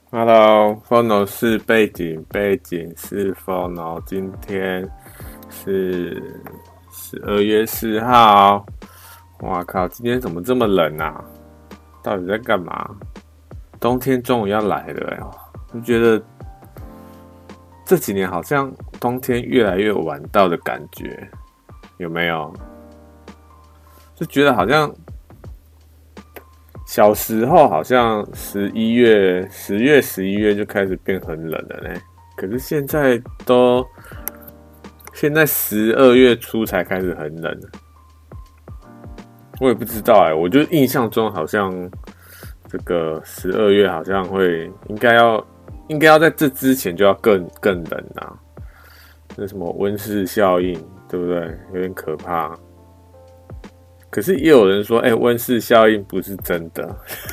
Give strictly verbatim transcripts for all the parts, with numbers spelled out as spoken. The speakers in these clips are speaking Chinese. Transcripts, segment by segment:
Hello, Fono 是背景，背景是 Fono。今天是十二月四号。哇靠，今天怎么这么冷啊？到底在干嘛？冬天终于要来了哎、欸！我觉得这几年好像冬天越来越晚到的感觉，有没有？就觉得好像小时候好像十一月、十月、十一月就开始变很冷了呢，可是现在都现在十二月初才开始很冷，我也不知道哎、欸，我就印象中好像这个十二月好像会应该要应该要在这之前就要更更冷啊，那什么温室效应，对不对？有点可怕。可是也有人说，哎、欸，温室效应不是真的，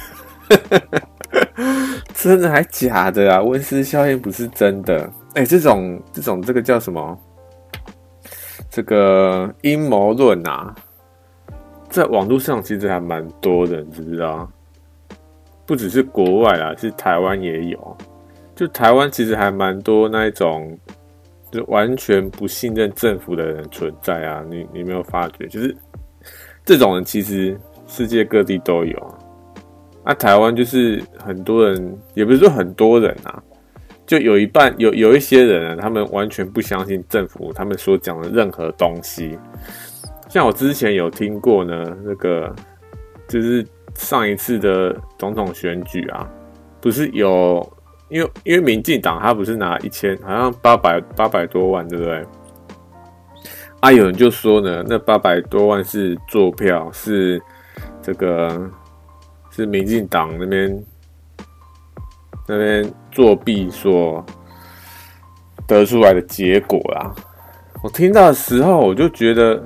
真的还假的啊？温室效应不是真的，哎、欸，这种这种这个叫什么？这个阴谋论啊，在网络上其实还蛮多的，你知不知道？不只是国外啦，是台湾也有。就台湾其实还蛮多那一种，就完全不信任政府的人存在啊。你你有没有发觉？就是。这种人其实世界各地都有啊，啊，台湾就是很多人，也不是说很多人啊，就有一半有有一些人啊，他们完全不相信政府他们所讲的任何东西。像我之前有听过呢，那个就是上一次的总统选举啊，不是有因为因为民进党他不是拿一千好像八百八百多万，对不对？啊，有人就说呢，那八百多万是作票，是这个是民进党那边那边作弊所得出来的结果啦。我听到的时候，我就觉得，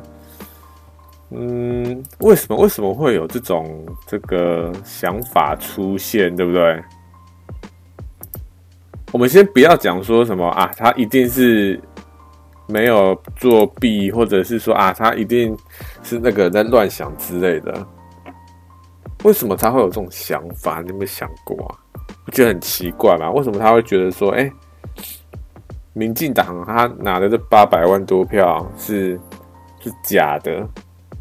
嗯，为什么为什么会有这种这个想法出现，对不对？我们先不要讲说什么啊，他一定是。没有作弊，或者是说啊，他一定是那个在乱想之类的。为什么他会有这种想法？你有没有想过啊？不觉得很奇怪吗？为什么他会觉得说，哎、欸，民进党他拿的这八百万多票是是假的？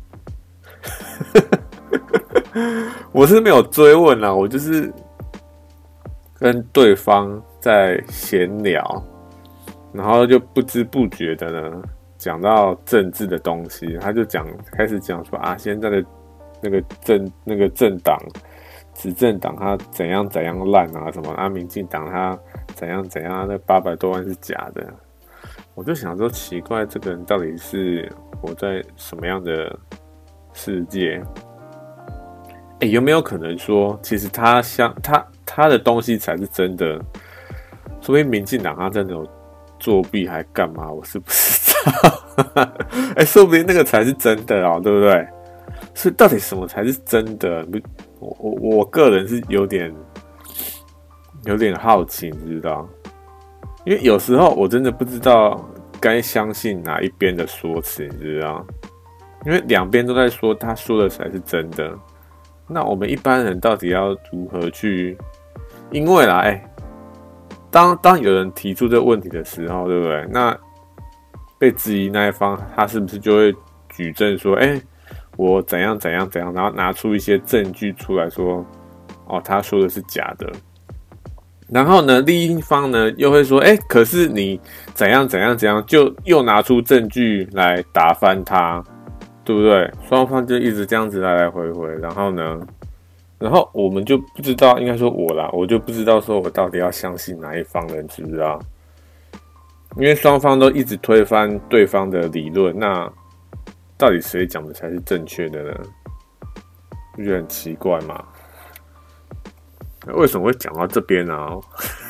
我是没有追问啦，我就是跟对方在闲聊。然后就不知不觉的呢，讲到政治的东西，他就讲开始讲说啊，现在的那个政那个政党执政党他怎样怎样烂啊，什么啊，民进党他怎样怎样，那八百多万是假的。我就想说，奇怪，这个人到底是活在什么样的世界？哎，有没有可能说，其实他像他他的东西才是真的？说不定民进党他真的有。作弊还干嘛？我是不知道。哎、欸，说不定那个才是真的哦，对不对？所以到底什么才是真的？我我我个人是有点有点好奇，你知道？因为有时候我真的不知道该相信哪一边的说辞，你知道？因为两边都在说他说的才是真的，那我们一般人到底要如何去？因为啦，哎、欸。当当有人提出这个问题的时候，对不对？那被质疑那一方，他是不是就会举证说，哎、欸，我怎样怎样怎样，然后拿出一些证据出来说，哦，他说的是假的。然后呢，另一方呢又会说，哎、欸，可是你怎样怎样怎样，就又拿出证据来打翻他，对不对？双方就一直这样子来来回回，然后呢？然后我们就不知道，应该说我啦，我就不知道说我到底要相信哪一方人，知不知道？因为双方都一直推翻对方的理论，那到底谁讲的才是正确的呢？不觉得很奇怪吗？为什么会讲到这边呢、啊？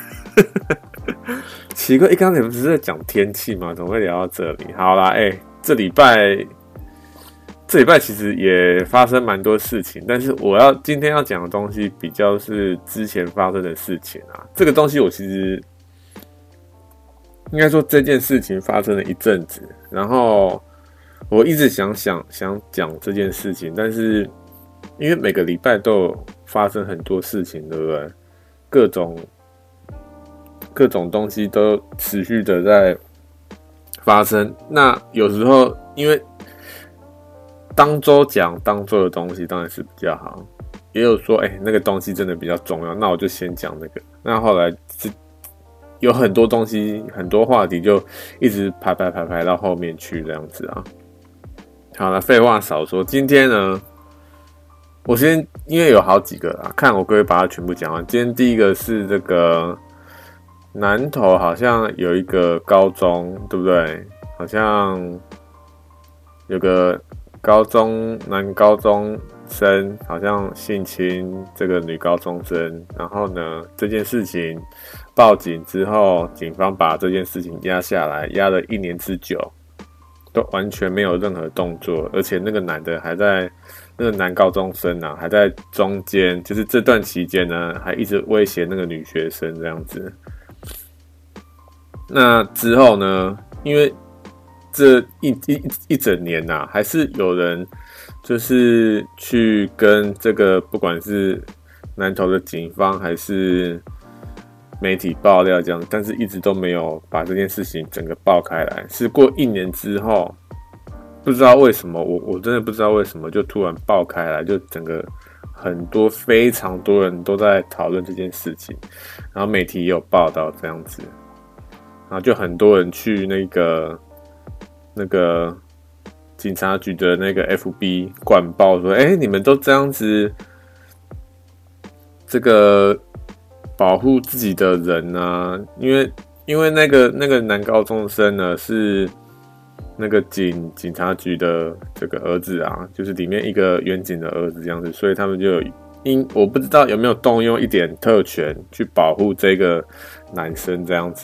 奇怪，一刚才不是在讲天气吗？怎么会聊到这里？好啦，哎、欸，这礼拜。这礼拜其实也发生蛮多事情，但是我要今天要讲的东西比较是之前发生的事情啊。这个东西我其实应该说这件事情发生了一阵子，然后我一直想想想讲这件事情，但是因为每个礼拜都有发生很多事情，对不对？各种各种东西都持续的在发生。那有时候因为当周讲当周的东西当然是比较好，也有说哎、欸、那个东西真的比较重要，那我就先讲那个。那后来是有很多东西很多话题就一直排排排排到后面去这样子啊。好了，废话少说，今天呢我先因为有好几个啦，看我可不可以把它全部讲完。今天第一个是这个南投好像有一个高中，对不对？好像有个高中男高中生好像性侵这个女高中生，然后呢这件事情报警之后，警方把这件事情压下来，压了一年之久，都完全没有任何动作，而且那个男的还在。那个男高中生啊，还在中间，就是这段期间呢，还一直威胁那个女学生这样子。那之后呢，因为这一一一整年呐、啊，还是有人就是去跟这个不管是南投的警方还是媒体爆料这样，但是一直都没有把这件事情整个爆开来。是过一年之后。不知道为什么，我我真的不知道为什么就突然爆开来，就整个很多非常多人都在讨论这件事情，然后媒体也有报道这样子，然后就很多人去那个那个警察局的那个 F B 灌爆说，哎、欸，你们都这样子，这个保护自己的人啊，因为因为那个那个男高中生呢是。那个警警察局的这个儿子啊，就是里面一个远警的儿子这样子，所以他们就有因我不知道有没有动用一点特权去保护这个男生这样子。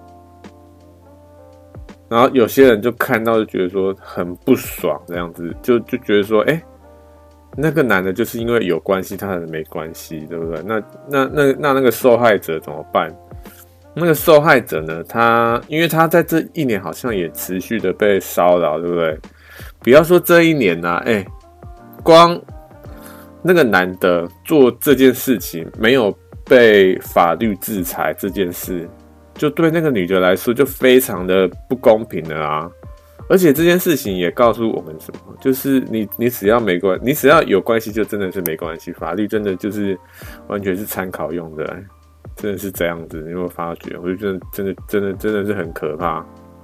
然后有些人就看到就觉得说很不爽这样子，就就觉得说，哎、欸，那个男的就是因为有关系，他人没关系，对不对？那那那那那个受害者怎么办？那个受害者呢？他因为他在这一年好像也持续的被骚扰，对不对？不要说这一年啊，哎、欸，光那个男的做这件事情没有被法律制裁这件事，就对那个女的来说就非常的不公平了啊！而且这件事情也告诉我们什么？就是你你只要没关，你只要有关系，就真的是没关系。法律真的就是完全是参考用的、欸。真的是这样子，你有没有发觉？我就觉得真的、真的、真的是很可怕。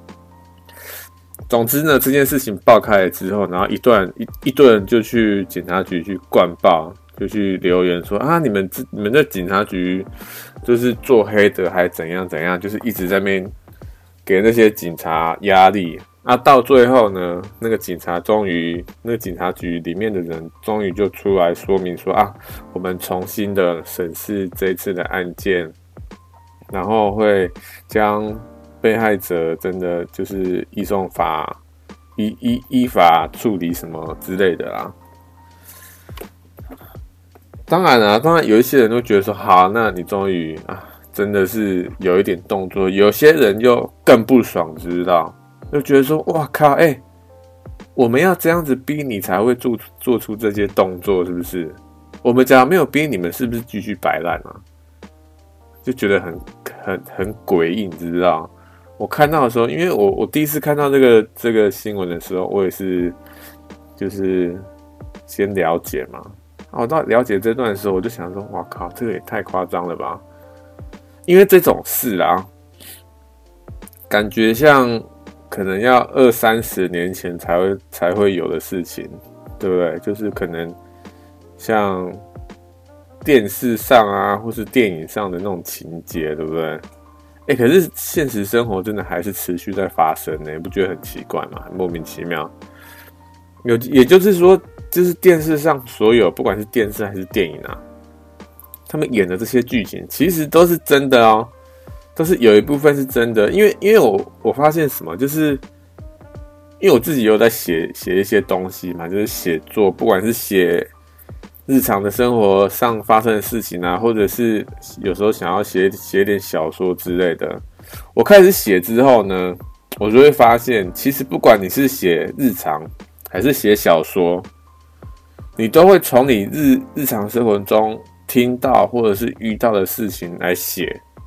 总之呢，这件事情爆开了之后，然后一段一一堆人就去警察局去灌爆，就去留言说啊，你们你们的警察局就是做黑的，还怎样怎样，就是一直在那边给那些警察压力。啊，到最后呢，那个警察终于，那个警察局里面的人终于就出来说明说啊，我们重新的审视这一次的案件，然后会将被害者真的就是移送法依依依法处理什么之类的啦。当然啦、啊，当然有一些人都觉得说，好，那你终于啊，真的是有一点动作。有些人又更不爽，知道？就觉得说，哇靠，哎、欸，我们要这样子逼你才会做做出这些动作，是不是？我们假如没有逼你们，是不是继续摆烂啊？就觉得很很很诡异，你知道？我看到的时候，因为我我第一次看到这个这个新闻的时候，我也是就是先了解嘛。我到了解这段的时候，我就想说，哇靠，这个也太夸张了吧！因为这种事啊，感觉像。可能要二三十年前才会才会有的事情，对不对？就是可能像电视上啊，或是电影上的那种情节，对不对？哎，可是现实生活真的还是持续在发生呢，你不觉得很奇怪吗？很莫名其妙。有，也就是说，就是电视上所有，不管是电视还是电影啊，他们演的这些剧情，其实都是真的哦。都是有一部分是真的，因为因为我我发现什么，就是因为我自己有在写写一些东西嘛，就是写作，不管是写日常的生活上发生的事情啊，或者是有时候想要写写点小说之类的。我开始写之后呢，我就会发现，其实不管你是写日常还是写小说，你都会从你日日常生活中听到或者是遇到的事情来写。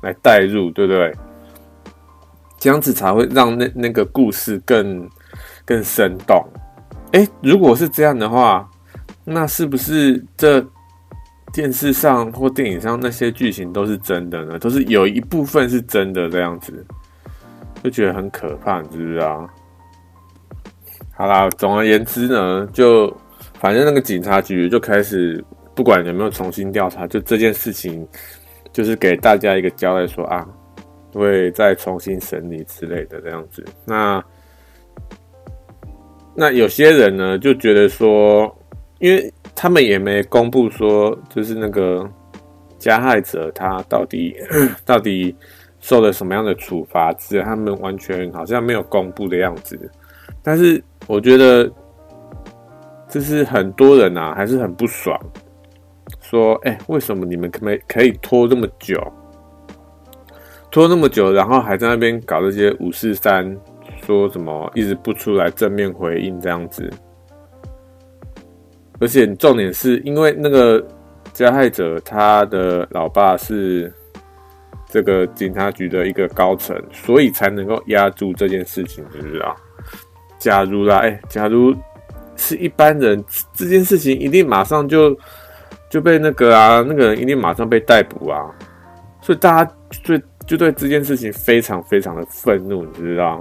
来带入，对不对？这样子才会让那那个故事更更生动。哎，如果是这样的话，那是不是这电视上或电影上那些剧情都是真的呢？都是有一部分是真的，这样子就觉得很可怕，你知不知道？好啦，总而言之呢，就反正那个警察局就开始，不管有没有重新调查，就这件事情就是给大家一个交代说啊，会再重新审理之类的这样子。那那有些人呢就觉得说，因为他们也没公布说，就是那个加害者他到底到底受了什么样的处罚之类，他们完全好像没有公布的样子。但是我觉得，就是很多人啊还是很不爽，说，哎、欸，为什么你们可以可以拖这么久，拖那么久，然后还在那边搞这些五四三，说什么一直不出来正面回应这样子。而且重点是因为那个加害者他的老爸是这个警察局的一个高层，所以才能够压住这件事情，知不知道？假如啦，哎、欸，假如是一般人，这件事情一定马上就就被那个啊，那个人一定马上被逮捕啊，所以大家就就对这件事情非常非常的愤怒，你知道？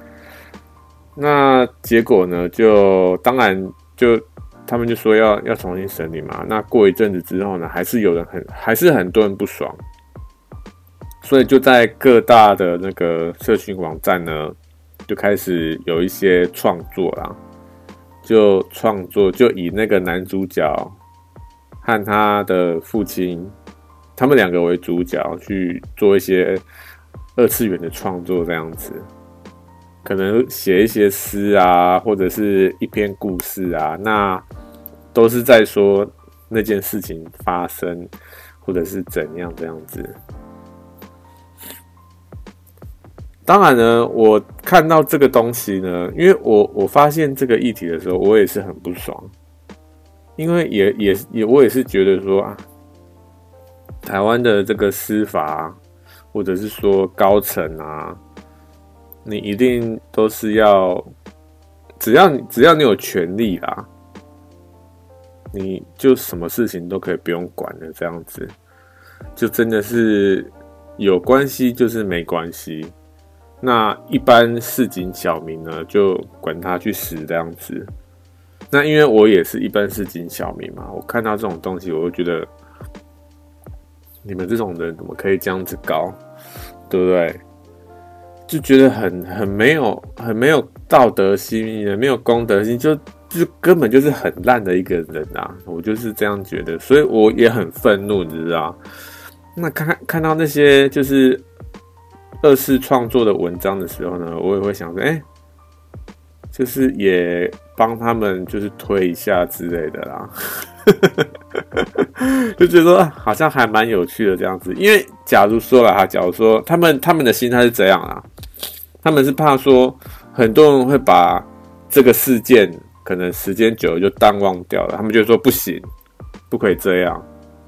那结果呢，就当然就他们就说要要重新审理嘛。那过一阵子之后呢，还是有人很还是很多人不爽，所以就在各大的那个社群网站呢，就开始有一些创作啦，就创作就以那个男主角和他的父亲，他们两个为主角去做一些二次元的创作，这样子，可能写一些诗啊，或者是一篇故事啊，那都是在说那件事情发生，或者是怎样这样子。当然呢，我看到这个东西呢，因为我我发现这个议题的时候，我也是很不爽，因为也也也我也是觉得说啊，台湾的这个司法或者是说高层啊，你一定都是要，只要你只要你有权利啦，你就什么事情都可以不用管的这样子，就真的是有关系就是没关系。那一般市井小民呢，就管他去死这样子。那因为我也是一般市井小民嘛，我看到这种东西，我就觉得你们这种人怎么可以这样子搞，对不对？就觉得很很没有很没有道德心，也没有公德心，就就根本就是很烂的一个人啊！我就是这样觉得，所以我也很愤怒，你知道？那看看到那些就是二次创作的文章的时候呢，我也会想说，哎、欸，就是也帮他们就是推一下之类的啦，就觉得说好像还蛮有趣的这样子。因为假如说啦，假如说他们他们的心态是这样啦，他们是怕说很多人会把这个事件可能时间久了就淡忘掉了，他们就说不行，不可以这样，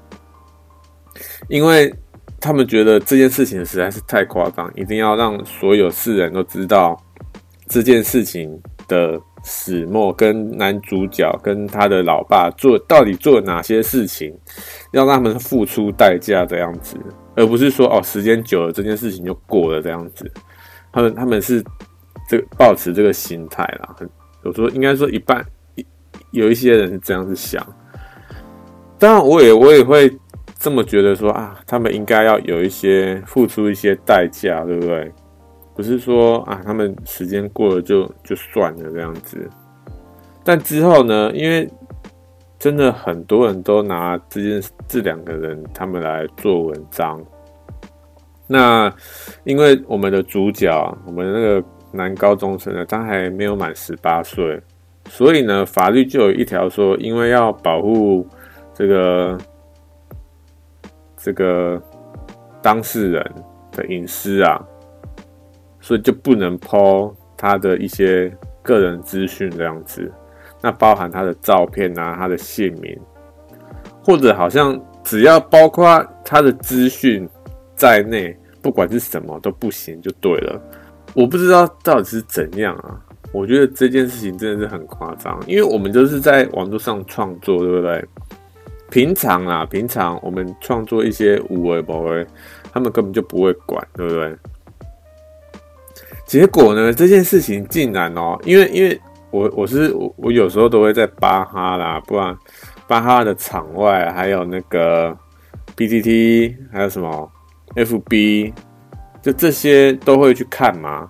因为他们觉得这件事情实在是太夸张，一定要让所有世人都知道这件事情的始末，跟男主角跟他的老爸做到底做了哪些事情，要让他们付出代价这样子，而不是说哦时间久了这件事情就过了这样子。他们他们是这个抱持这个心态啦，有时候应该说一半有一些人是这样子想。当然我也我也会这么觉得说啊，他们应该要有一些付出一些代价，对不对？不是说啊，他们时间过了就就算了这样子。但之后呢，因为真的很多人都拿这件这两个人他们来做文章。那因为我们的主角，我们那个男高中生呢，他还没有满十八岁，所以呢，法律就有一条说，因为要保护这个。这个当事人的隐私啊，所以就不能 po 他的一些个人资讯这样子，那包含他的照片啊、他的姓名，或者好像只要包括他的资讯在内， 不管是什么都不行就对了。我不知道到底是怎样啊，我觉得这件事情真的是很夸张，因为我们都是在网络上创作，对不对？平常啊，平常我们创作一些有的没的，他们根本就不会管，对不对？结果呢，这件事情竟然哦，因为因为我我是我我有时候都会在巴哈啦，不然巴哈的场外还有那个 P T T， 还有什么 F B， 就这些都会去看嘛。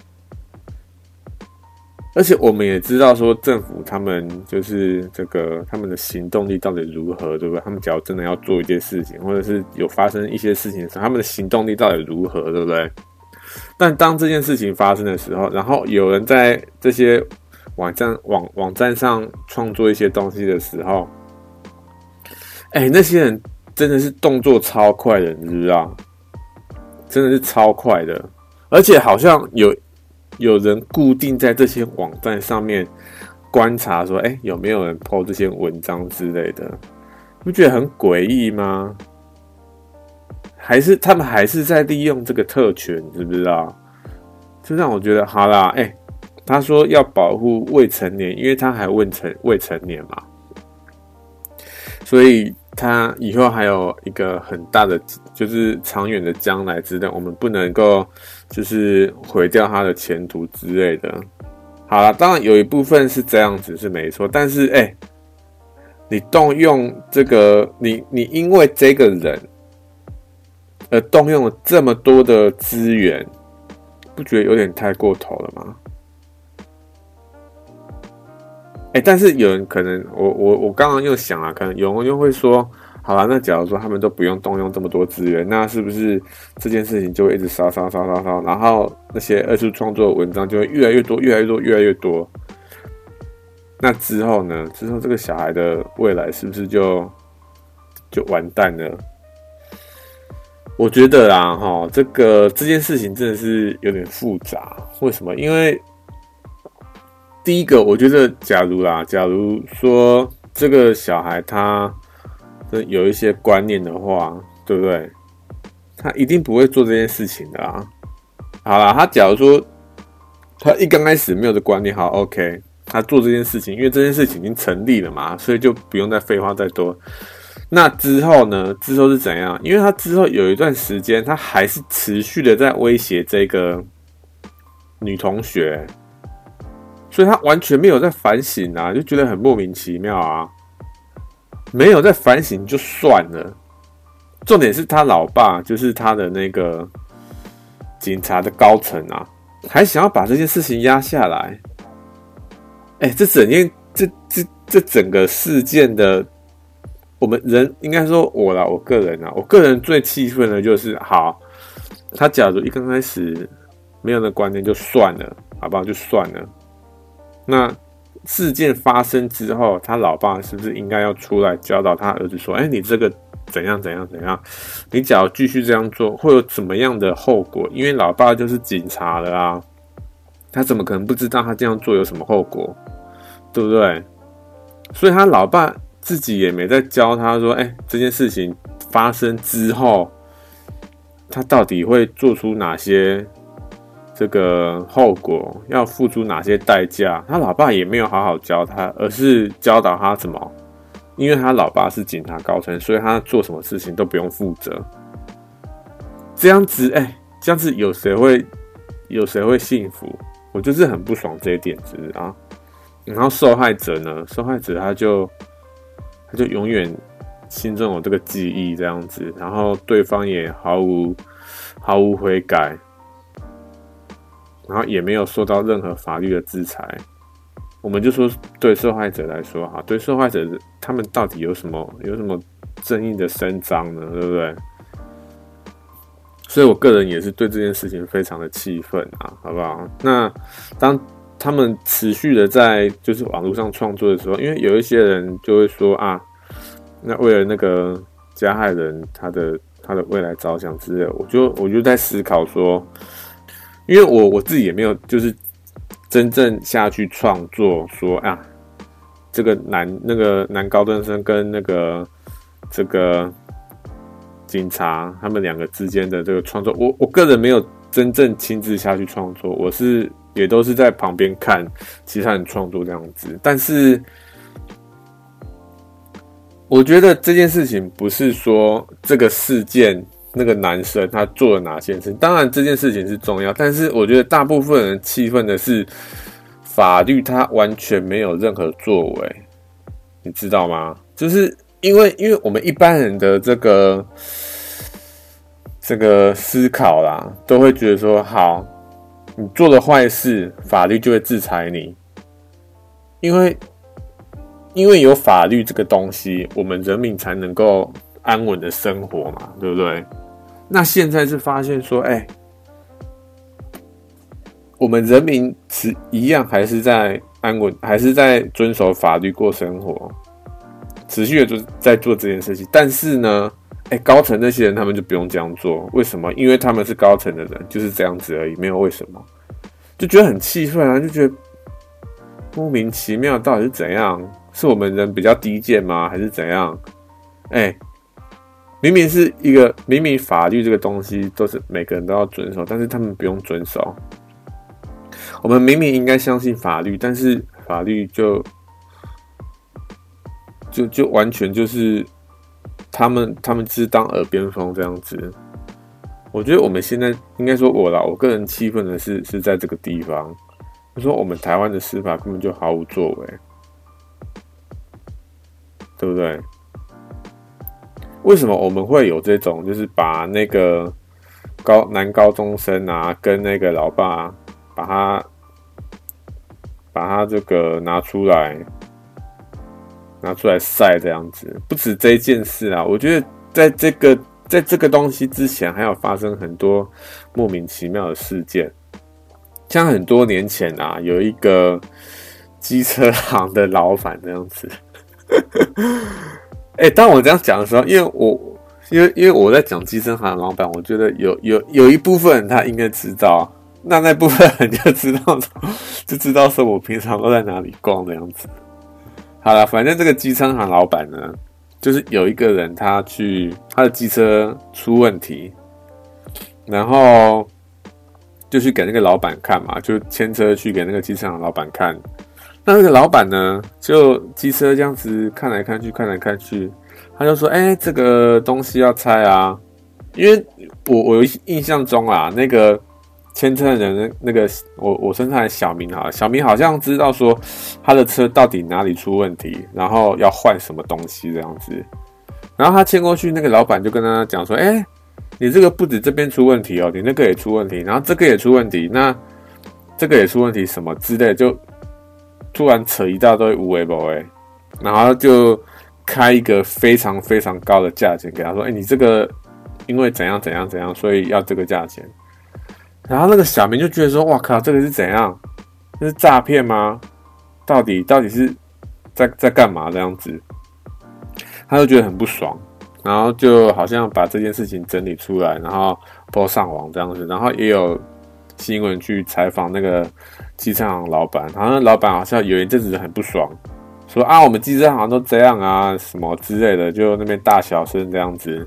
而且我们也知道说政府他们就是这个他们的行动力到底如何，对不对？他们假如真的要做一件事情，或者是有发生一些事情的时候，他们的行动力到底如何，对不对？但当这件事情发生的时候，然后有人在这些网站网网站上创作一些东西的时候，哎、欸，那些人真的是动作超快的，你知不知道？真的是超快的，而且好像有有人固定在这些网站上面观察说，哎、欸，有没有人 po 这些文章之类的？不觉得很诡异吗？还是他们还是在利用这个特权，知不知道？就让我觉得，好啦，哎、欸，他说要保护未成年，因为他还未成未成年嘛，所以他以后还有一个很大的，就是长远的将来之类，我们不能够就是毁掉他的前途之类的。好啦，当然有一部分是这样子是没错，但是哎、欸，你动用这个，你你因为这个人而动用了这么多的资源，不觉得有点太过头了吗？哎、欸，但是有人可能，我我我刚刚又想了，可能有人又会说，好啦，那假如说他们都不用动用这么多资源，那是不是这件事情就会一直烧烧烧烧烧，然后那些二次创作的文章就会越来越多、越来越多、越来越多？那之后呢？之后这个小孩的未来是不是就就完蛋了？我觉得啦，齁，这个这件事情真的是有点复杂。为什么？因为第一个，我觉得，假如啦，假如说这个小孩他有一些观念的话，对不对？他一定不会做这件事情的啊。好啦，他假如说他一刚开始没有的观念，好 ，OK， 他做这件事情，因为这件事情已经成立了嘛，所以就不用再废话再多。那之后呢？之后是怎样？因为他之后有一段时间，他还是持续的在威胁这个女同学，所以他完全没有在反省啊，就觉得很莫名其妙啊。没有在反省就算了，重点是他老爸，就是他的那个警察的高层啊，还想要把这件事情压下来。哎、欸，这整件这这这整个事件的。我们人应该说我啦，我个人啊，我个人最气愤的就是，好，他假如一刚开始没有那观念就算了，好不好？就算了。那事件发生之后，他老爸是不是应该要出来教导他儿子说，哎、欸，你这个怎样怎样怎样？你假如继续这样做，会有怎么样的后果？因为老爸就是警察了啊，他怎么可能不知道他这样做有什么后果？对不对？所以他老爸自己也没在教他说，哎、欸，这件事情发生之后，他到底会做出哪些这个后果，要付出哪些代价？他老爸也没有好好教他，而是教导他什么？因为他老爸是警察高层，所以他做什么事情都不用负责。这样子，哎、欸，这样子有谁会有谁会幸福？我就是很不爽这一点子啊。然后受害者呢？受害者他就。他就永远心中有这个记忆这样子，然后对方也毫无毫无悔改，然后也没有受到任何法律的制裁。我们就说对受害者来说，哈，对受害者他们到底有什么有什么正义的伸张呢？对不对？所以我个人也是对这件事情非常的气愤啊，好不好？那当他们持续的在就是网络上创作的时候，因为有一些人就会说啊，那为了那个加害人他的他的未来着想之类的，我就我就在思考说，因为我我自己也没有就是真正下去创作说啊，这个男那个男高中生跟那个这个警察他们两个之间的这个创作，我我个人没有真正亲自下去创作，我是也都是在旁边看其他人创作这样子。但是我觉得这件事情不是说这个事件那个男生他做了哪些事情，当然这件事情是重要，但是我觉得大部分人气愤的是法律他完全没有任何作为，你知道吗？就是因为因为我们一般人的这个这个思考啦，都会觉得说，好，你做了坏事，法律就会制裁你，因为因为有法律这个东西，我们人民才能够安稳的生活嘛，对不对？那现在是发现说，哎、欸，我们人民是一样还是在安稳，还是在遵守法律过生活，持续的在做这件事情。但是呢，哎、欸，高层那些人他们就不用这样做，为什么？因为他们是高层的人，就是这样子而已，没有为什么，就觉得很气愤啊，就觉得莫名其妙，到底是怎样？是我们人比较低贱吗？还是怎样？哎、欸，明明是一个明明法律这个东西都是每个人都要遵守，但是他们不用遵守。我们明明应该相信法律，但是法律就就就完全就是他们他们只当耳边风这样子。我觉得我们现在应该说我啦，我个人气愤的是是在这个地方，就说我们台湾的司法根本就毫无作为，对不对？为什么我们会有这种，就是把那个高男高中生啊，跟那个老爸把他把他这个拿出来拿出来晒这样子？不止这一件事啊，我觉得在这个在这个东西之前，还有发生很多莫名其妙的事件。像很多年前啊，有一个机车行的老板这样子。哎、欸，当我这样讲的时候，因为我因为因为我在讲机车行的老板，我觉得有有有一部分人他应该知道，那那部分人就知道就知道说我平常都在哪里逛这样子。好了，反正这个机车行老板呢，就是有一个人他去他的机车出问题，然后就去给那个老板看嘛，就牵车去给那个机车行老板看。那那个老板呢，就机车这样子看来看去，看来看去，他就说：“哎、欸，这个东西要拆啊！”因为我我印象中啊，那个牵车的人，那个我我称他的小明哈，小明好像知道说他的车到底哪里出问题，然后要换什么东西这样子。然后他牵过去，那个老板就跟他讲说：“哎、欸，你这个不止这边出问题哦，你那个也出问题，然后这个也出问题，那这个也出问题，什么之类的。”就突然扯一大堆有的没的，然后就开一个非常非常高的价钱给他说：“哎、欸，你这个因为怎样怎样怎样，所以要这个价钱。”然后那个小明就觉得说：“哇靠，这个是怎样？这是诈骗吗？到底到底是在在干嘛这样子？”他就觉得很不爽，然后就好像把这件事情整理出来，然后po上网这样子，然后也有新闻去采访那个机车行老板，然后那老板好像有一阵子很不爽，说啊我们机车行都这样啊什么之类的，就那边大小声这样子。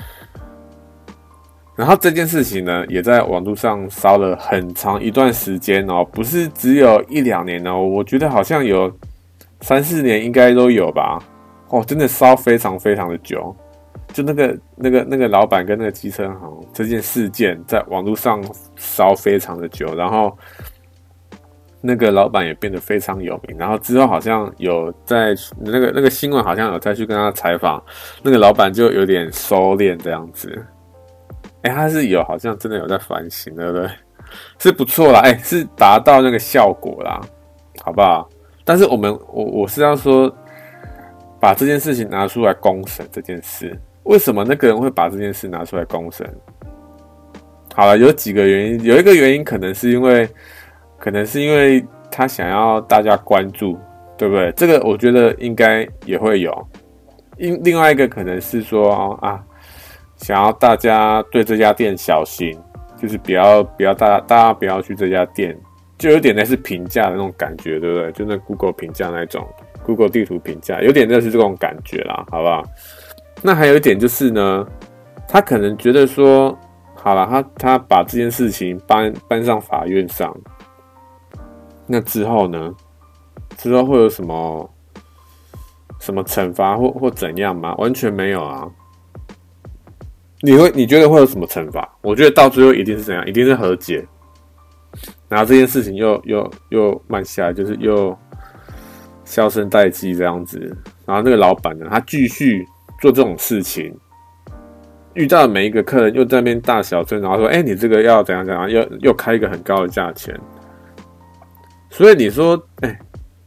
然后这件事情呢，也在网络上烧了很长一段时间哦，不是只有一两年哦，我觉得好像有三四年应该都有吧。哦，真的烧非常非常的久。就那个那个那个老板跟那个机车行这件事件，在网络上烧非常的久，然后那个老板也变得非常有名，然后之后好像有在那个那个新闻好像有再去跟他采访，那个老板就有点收敛这样子。哎、欸，他是有好像真的有在反省，对不对？是不错啦，哎、欸，是达到那个效果啦，好不好？但是我们我我是要说，把这件事情拿出来公审这件事。为什么那个人会把这件事拿出来公审？好了，有几个原因，有一个原因可能是因为，可能是因为他想要大家关注，对不对？这个我觉得应该也会有。另另外一个可能是说啊，想要大家对这家店小心，就是不要不要大家大家不要去这家店，就有点类似评价的那种感觉，对不对？就那 Google 评价那种 ，Google 地图评价，有点类似这种感觉啦，好不好？那还有一点就是呢， 他可能觉得说，好了，他他把这件事情搬搬上法院上，那之后呢？之后会有什么什么惩罚或或怎样吗？完全没有啊！你会你觉得会有什么惩罚？我觉得到最后一定是怎样？一定是和解，然后这件事情又又又慢下来，就是又销声匿迹这样子。然后那个老板呢，他继续做这种事情，遇到的每一个客人又在那边大小声，然后说：“哎、欸，你这个要怎样怎样？”又又开一个很高的价钱。所以你说，哎、欸，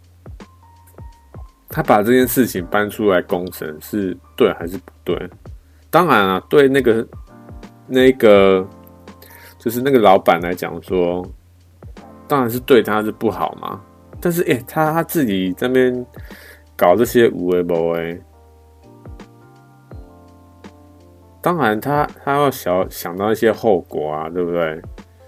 他把这件事情搬出来公审是对还是不对？当然啊，对那个那个就是那个老板来讲说，当然是对他是不好嘛。但是，哎、欸，他他自己在那边搞这些有的没的，当然他他要想想到一些后果啊，对不对？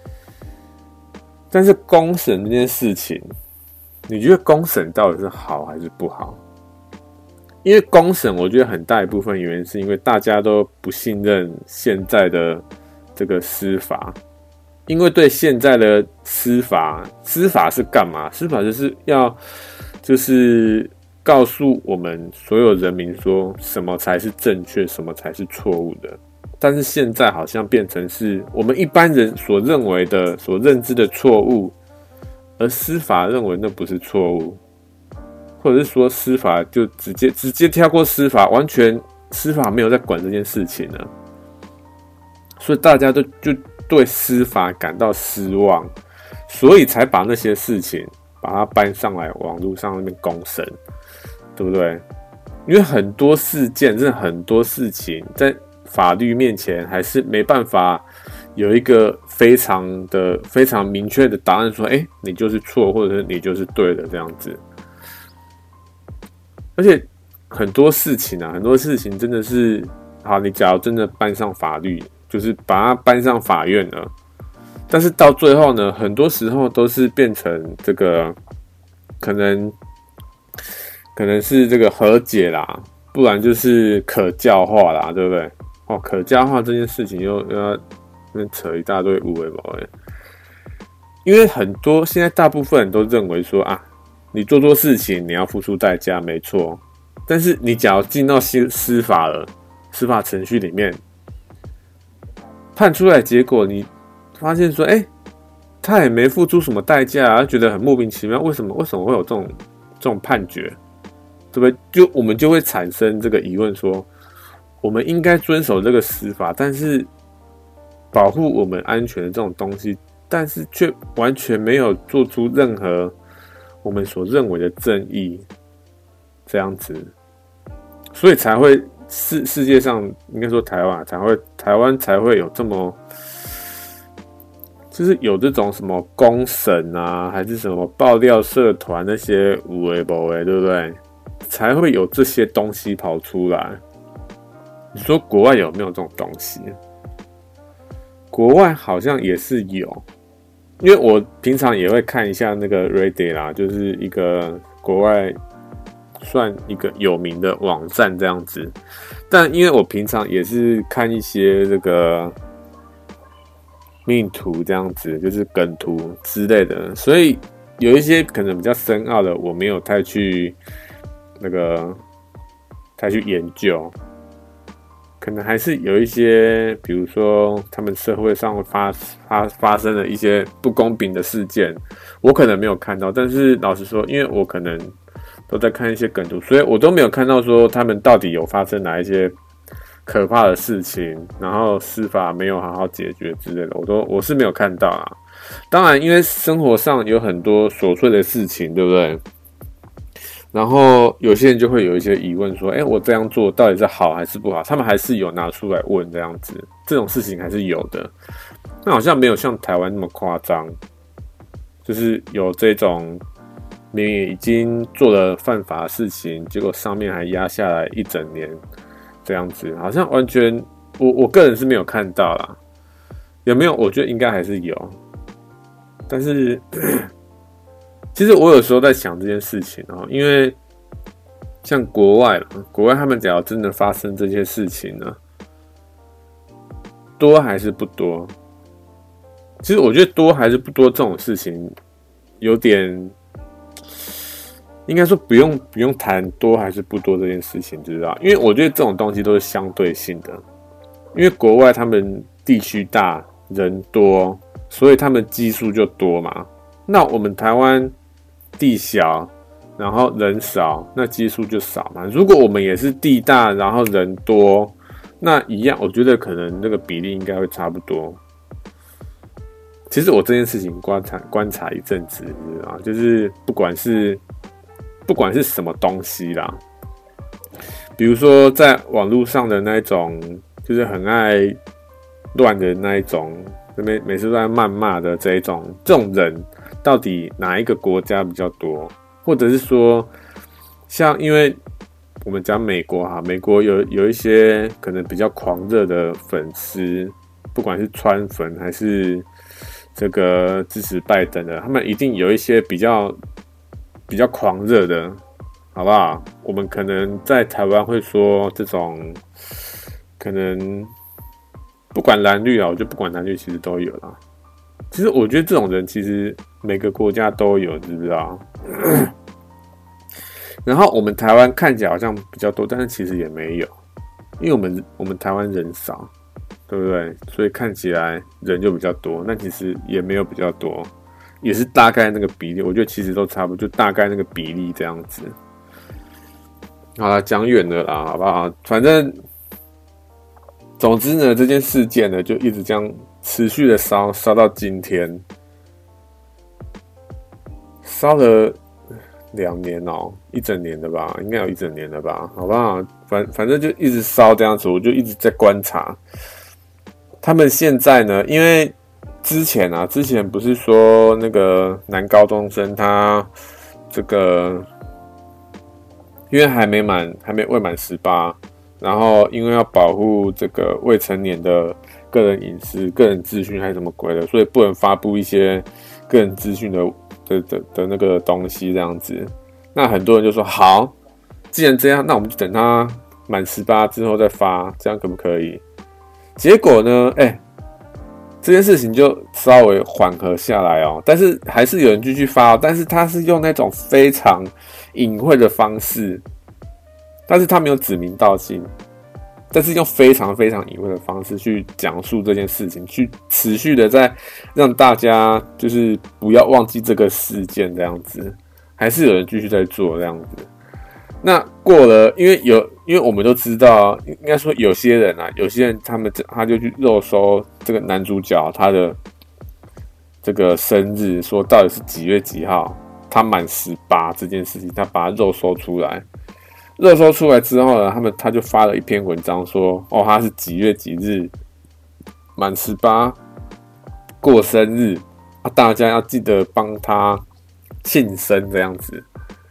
但是公审这件事情，你觉得公审到底是好还是不好？因为公审，我觉得很大一部分原因是因为大家都不信任现在的这个司法，因为对现在的司法，司法是干嘛？司法就是要就是告诉我们所有人民说什么才是正确，什么才是错误的。但是现在好像变成是我们一般人所认为的、所认知的错误，而司法认为那不是错误，或者是说司法就直接直接跳过司法，完全司法没有在管这件事情了，所以大家都就对司法感到失望，所以才把那些事情把它搬上来网络上那边公审，对不对？因为很多事件，真的很多事情在法律面前还是没办法有一个非常的非常明确的答案说，哎，你就是错，或者是你就是对的这样子。而且很多事情啊，很多事情真的是，好，你假如真的搬上法律，就是把它搬上法院了，但是到最后呢，很多时候都是变成这个，可能可能是这个和解啦，不然就是可教化啦，对不对？哦，可教化这件事情又又要扯一大堆有的没的，因为很多现在大部分人都认为说啊，你做错事情你要付出代价，没错。但是你假如进到司法了，司法程序里面判出来结果，你发现说，哎、欸，他也没付出什么代价啊，觉得很莫名其妙，为什么为什么会有这种这种判决，对不对？就我们就会产生这个疑问说，我们应该遵守这个司法，但是保护我们安全的这种东西，但是却完全没有做出任何我们所认为的正义，这样子，所以才会世世界上应该说台湾才会台湾才会有这么，就是有这种什么公审啊，还是什么爆料社团那些有的没的，对不对？才会有这些东西跑出来。你说国外有没有这种东西？国外好像也是有，因为我平常也会看一下那个 Reddit 啦，就是一个国外算一个有名的网站这样子。但因为我平常也是看一些这个命图这样子，就是梗图之类的，所以有一些可能比较深奥的，我没有太去那个太去研究。可能还是有一些，比如说他们社会上会发发发生的一些不公平的事件，我可能没有看到。但是老实说，因为我可能都在看一些梗图，所以我都没有看到说他们到底有发生哪一些可怕的事情，然后司法没有好好解决之类的，我都我是没有看到啊。当然，因为生活上有很多琐碎的事情，对不对？然后有些人就会有一些疑问说，哎，我这样做到底是好还是不好？他们还是有拿出来问这样子，这种事情还是有的。那好像没有像台湾那么夸张，就是有这种明明已经做了犯法的事情，结果上面还压下来一整年这样子，好像完全我我个人是没有看到啦。有没有？我觉得应该还是有，但是。其实我有时候在想这件事情哦，因为像国外，国外他们只要真的发生这些事情呢， 多还是不多？其实我觉得多还是不多这种事情，有点应该说不用不用谈多还是不多这件事情，知道？因为我觉得这种东西都是相对性的，因为国外他们地区大人多，所以他们基数就多嘛。那我们台湾地小，然后人少，那基数就少嘛。如果我们也是地大，然后人多，那一样，我觉得可能那个比例应该会差不多。其实我这件事情观察观察一阵子，啊，就是不管是不管是什么东西啦，比如说在网络上的那一种，就是很爱乱的那一种，每每次都在谩骂的这一种，这种人到底哪一个国家比较多？或者是说，像因为我们讲美国哈，美国有有一些可能比较狂热的粉丝，不管是川粉还是这个支持拜登的，他们一定有一些比较比较狂热的，好不好？我们可能在台湾会说这种，可能不管蓝绿啊，我觉得不管蓝绿其实都有啦。其实我觉得这种人其实每个国家都有，知不知道？然后我们台湾看起来好像比较多，但是其实也没有，因为我们我们台湾人少。对不对？所以看起来人就比较多，但其实也没有比较多，也是大概那个比例。我觉得其实都差不多，就大概那个比例这样子。好啦，讲远了啦，好不好？反正，总之呢，这件事件呢就一直这样持续的烧，烧到今天，烧了两年哦，一整年的吧，应该有一整年了吧，好不好？反反正就一直烧这样子，我就一直在观察。他们现在呢，因为之前啊，之前不是说那个男高中生他这个，因为还没满，还没未满十八，然后因为要保护这个未成年的个人隐私、个人资讯还是什么鬼的，所以不能发布一些个人资讯的的的的那个东西这样子。那很多人就说好，既然这样，那我们就等他满十八之后再发，这样可不可以？结果呢？哎、欸，这件事情就稍微缓和下来哦，但是还是有人继续发哦，但是他是用那种非常隐晦的方式，但是他没有指名道姓，但是用非常非常隐晦的方式去讲述这件事情，去持续的在让大家就是不要忘记这个事件这样子，还是有人继续在做这样子。那过了，因为有，因为我们都知道，应该说有些人啊，有些人他们他就去肉搜这个男主角他的这个生日，说到底是几月几号，他满十八这件事情，他把它肉搜出来。肉搜出来之后呢，他们他就发了一篇文章说，哦，他是几月几日满十八过生日啊，大家要记得帮他庆生这样子。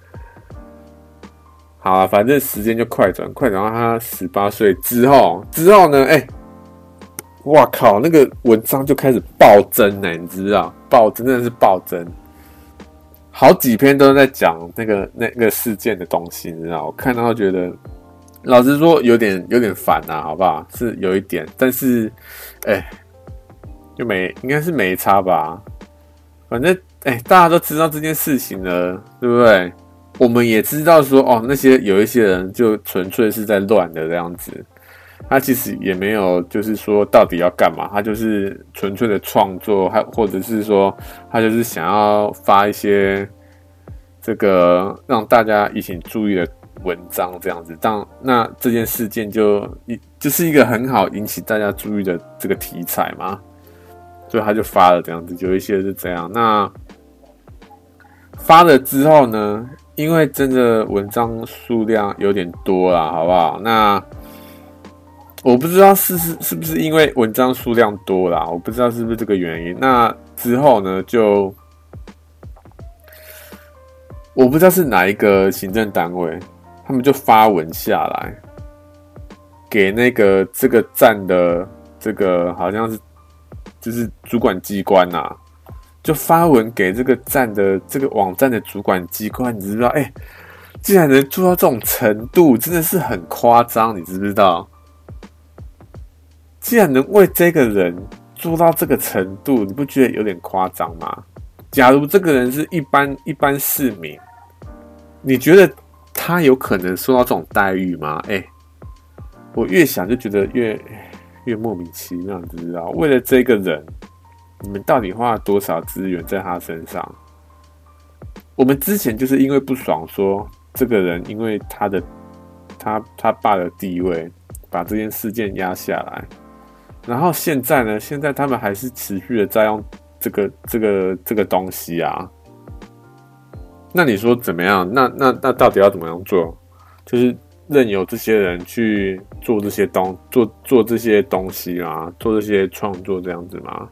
好啊，反正时间就快转，快转到他十八岁之后，之后呢，哎、欸，哇靠，那个文章就开始暴增了，你知道？暴增真的是暴增，好几篇都在讲那个那个事件的东西，你知道？我看到觉得，老实说有点有点烦啊，好不好？是有一点，但是，哎、欸，就没应该是没差吧？反正哎、欸，大家都知道这件事情了，对不对？我们也知道说，哦，那些有一些人就纯粹是在乱的这样子，他其实也没有就是说到底要干嘛，他就是纯粹的创作，或者是说他就是想要发一些这个让大家一起注意的文章这样子，当那这件事件就就是一个很好引起大家注意的这个题材嘛，所以他就发了这样子，有一些是这样。那发了之后呢？因为真的文章数量有点多啦，好不好？那我不知道是是是不是因为文章数量多啦，我不知道是不是这个原因。那之后呢，就我不知道是哪一个行政单位，他们就发文下来，给那个这个站的这个好像是就是主管机关啊。就发文给这个站的这个网站的主管机关，你知不知道？哎、欸，竟然能做到这种程度，真的是很夸张，你知不知道？ 既然能为这个人做到这个程度，你不觉得有点夸张吗？假如这个人是一般一般市民，你觉得他有可能受到这种待遇吗？哎、欸，我越想就觉得越越莫名其妙，你知道？为了这个人，你们到底花了多少资源在他身上？我们之前就是因为不爽说，说这个人因为他的他他爸的地位，把这件事件压下来。然后现在呢？现在他们还是持续的在用这个这个这个东西啊。那你说怎么样？那那那到底要怎么样做？就是任由这些人去做这些东做做这些东西啊，做这些创作这样子吗？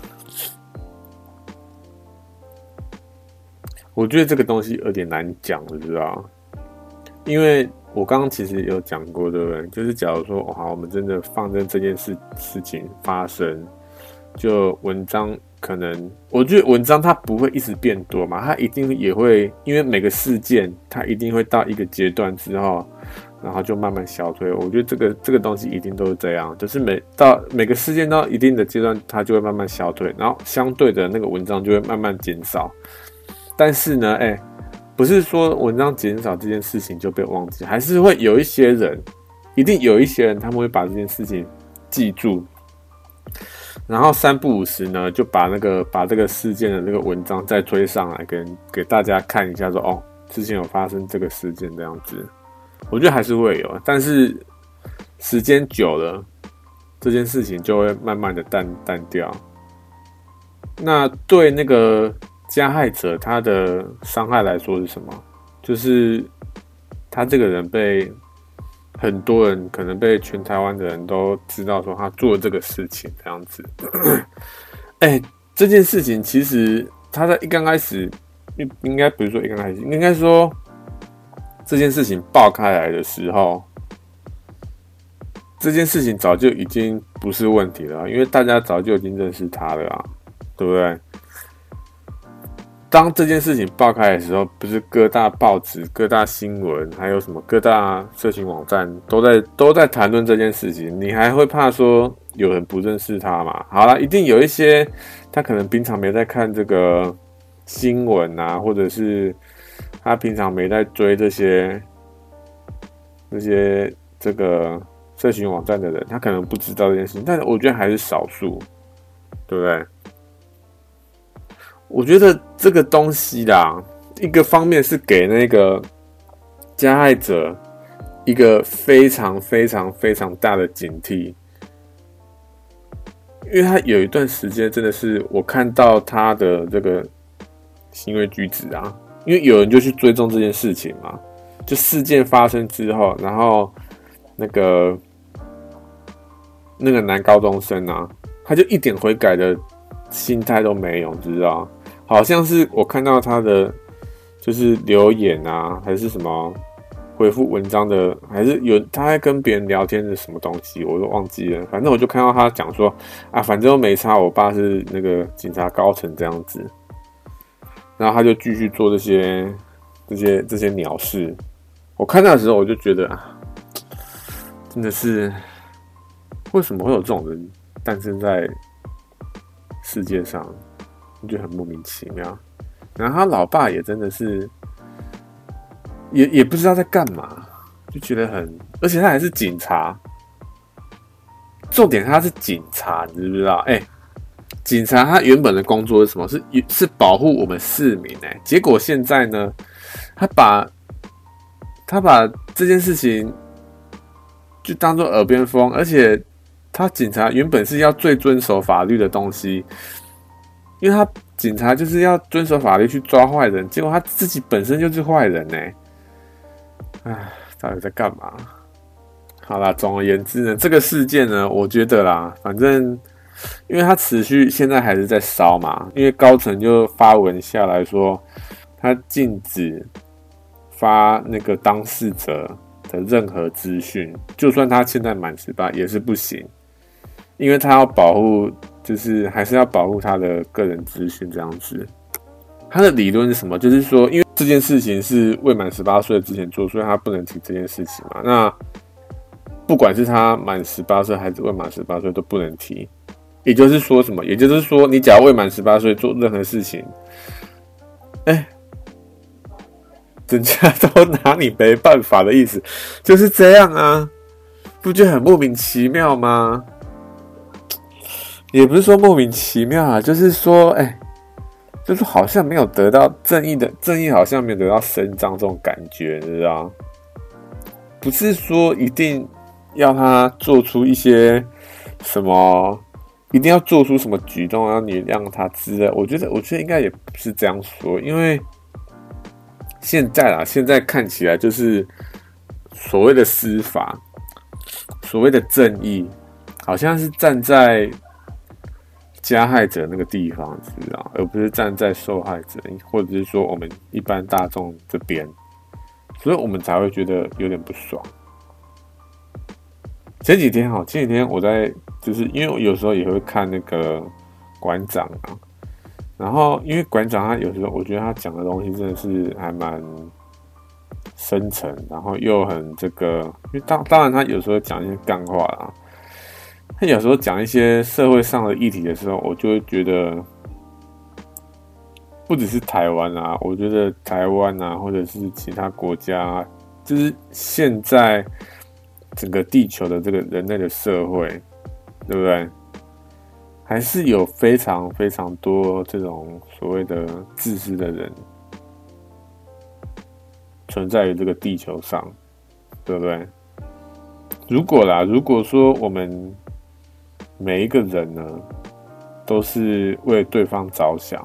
我觉得这个东西有点难讲，你知道？因为我刚刚其实有讲过，对不对？就是假如说，哦、好，我们真的放任这件事事情发生，就文章可能，我觉得文章它不会一直变多嘛，它一定也会，因为每个事件它一定会到一个阶段之后，然后就慢慢消退。我觉得这个这个东西一定都是这样，就是每到每个事件到一定的阶段，它就会慢慢消退，然后相对的那个文章就会慢慢减少。但是呢，哎、欸。不是说文章减少这件事情就被忘记，还是会有一些人，一定有一些人他们会把这件事情记住，然后三不五时呢就把那个把这个事件的那个文章再推上来，给给大家看一下说，哦，之前有发生这个事件这样子，我觉得还是会有，但是时间久了，这件事情就会慢慢的淡淡掉。那对那个加害者他的伤害来说是什么？就是他这个人被很多人，可能被全台湾的人都知道说他做了这个事情这样子。哎、欸，这件事情其实他在一刚开始，应该不是说一刚开始，应该说这件事情爆开来的时候，这件事情早就已经不是问题了，因为大家早就已经认识他了啊，对不对？当这件事情爆开的时候，不是各大报纸、各大新闻，还有什么各大社群网站都在都在谈论这件事情，你还会怕说有人不认识他吗？好啦，一定有一些他可能平常没在看这个新闻啊，或者是他平常没在追这些这些这个社群网站的人，他可能不知道这件事情，但是我觉得还是少数，对不对？我觉得这个东西啦，一个方面是给那个加害者一个非常非常非常大的警惕，因为他有一段时间真的是我看到他的这个行为举止啊，因为有人就去追踪这件事情嘛，就事件发生之后，然后那个那个男高中生啊，他就一点悔改的心态都没有，知道？好像是我看到他的就是留言啊，还是什么回复文章的，还是有他在跟别人聊天的什么东西，我都忘记了。反正我就看到他讲说啊，反正都没差，我爸是那个警察高层这样子，然后他就继续做这些这些这些鸟事。我看到的时候我就觉得啊，真的是为什么会有这种人诞生在世界上？我觉得很莫名其妙。然后他老爸也真的是，也也不知道在干嘛，就觉得很，而且他还是警察。重点他是警察，你知不知道？哎、欸，警察他原本的工作是什么？是是保护我们市民哎、欸。结果现在呢，他把他把这件事情就当作耳边风，而且他警察原本是要最遵守法律的东西。因为他警察就是要遵守法律去抓坏人，结果他自己本身就是坏人呢、欸。唉，到底在干嘛？好啦，总而言之呢，这个事件呢，我觉得啦，反正因为他持续现在还是在烧嘛，因为高层就发文下来说，他禁止发那个当事者的任何资讯，就算他现在满十八也是不行，因为他要保护。就是还是要保护他的个人资讯这样子。他的理论是什么？就是说，因为这件事情是未满十八岁之前做，所以他不能提这件事情嘛。那不管是他满十八岁还是未满十八岁都不能提。也就是说什么？也就是说，你假如未满十八岁做任何事情，哎、欸，人家都拿你没办法的意思，就是这样啊，不觉得很莫名其妙吗？也不是说莫名其妙啊，就是说，哎、欸，就是好像没有得到正义的正义，好像没有得到伸张这种感觉，你知道？不是说一定要他做出一些什么。一定要做出什么举动要你让他知道？我觉得，我觉得应该也不是这样说，因为现在啦，现在看起来就是所谓的司法，所谓的正义，好像是站在加害者那个地方，知道，而不是站在受害者，或者是说我们一般大众这边，所以我们才会觉得有点不爽。前几天哈，前几天我在就是因为我有时候也会看那个馆长啊，然后因为馆长他有时候我觉得他讲的东西真的是还蛮深沉，然后又很这个，因为当当然他有时候讲一些干话啦，他有时候讲一些社会上的议题的时候，我就会觉得不只是台湾啊，我觉得台湾啊，或者是其他国家，就是现在。整个地球的这个人类的社会，对不对？还是有非常非常多这种所谓的自私的人存在于这个地球上，对不对？如果啦，如果说我们每一个人呢，都是为对方着想，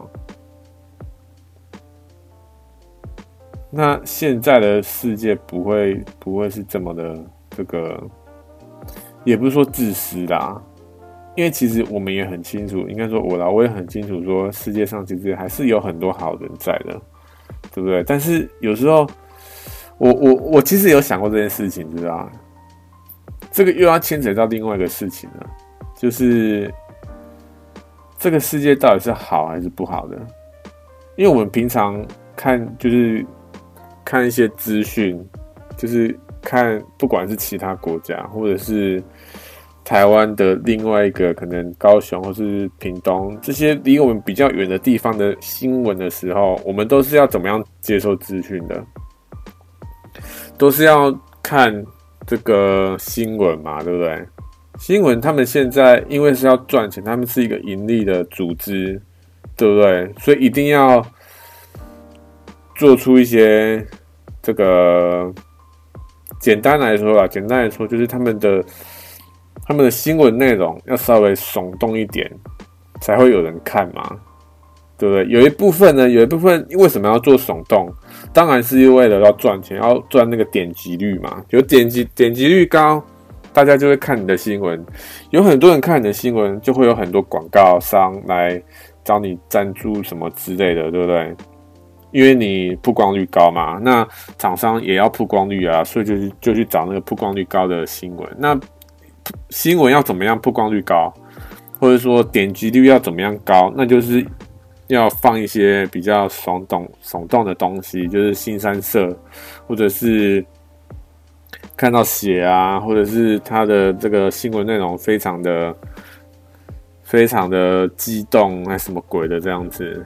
那现在的世界不会不会是这么的。这个也不是说自私啦，因为其实我们也很清楚，应该说我啦，我也很清楚，说世界上其实还是有很多好人在的，对不对？但是有时候，我我我其实有想过这件事情，知道吗？这个又要牵扯到另外一个事情了，就是这个世界到底是好还是不好的？因为我们平常看就是看一些资讯，就是。看，不管是其他国家，或者是台湾的另外一个可能高雄或是屏东这些离我们比较远的地方的新闻的时候，我们都是要怎么样接受资讯的？都是要看这个新闻嘛，对不对？新闻他们现在因为是要赚钱，他们是一个盈利的组织，对不对？所以一定要做出一些这个。简单来说啦，简单来说就是他们的他们的新闻内容要稍微耸动一点，才会有人看嘛，对不对？有一部分呢，有一部分为什么要做耸动？当然是为了要赚钱，要赚那个点击率嘛。有点击点击率高，大家就会看你的新闻。有很多人看你的新闻，就会有很多广告商来找你赞助什么之类的，对不对？因为你曝光率高嘛，那厂商也要曝光率啊，所以就去就去找那个曝光率高的新闻。那新闻要怎么样曝光率高，或者说点击率要怎么样高，那就是要放一些比较耸动耸动的东西，就是腥绢色，或者是看到血啊，或者是他的这个新闻内容非常的非常的激动，那什么鬼的这样子。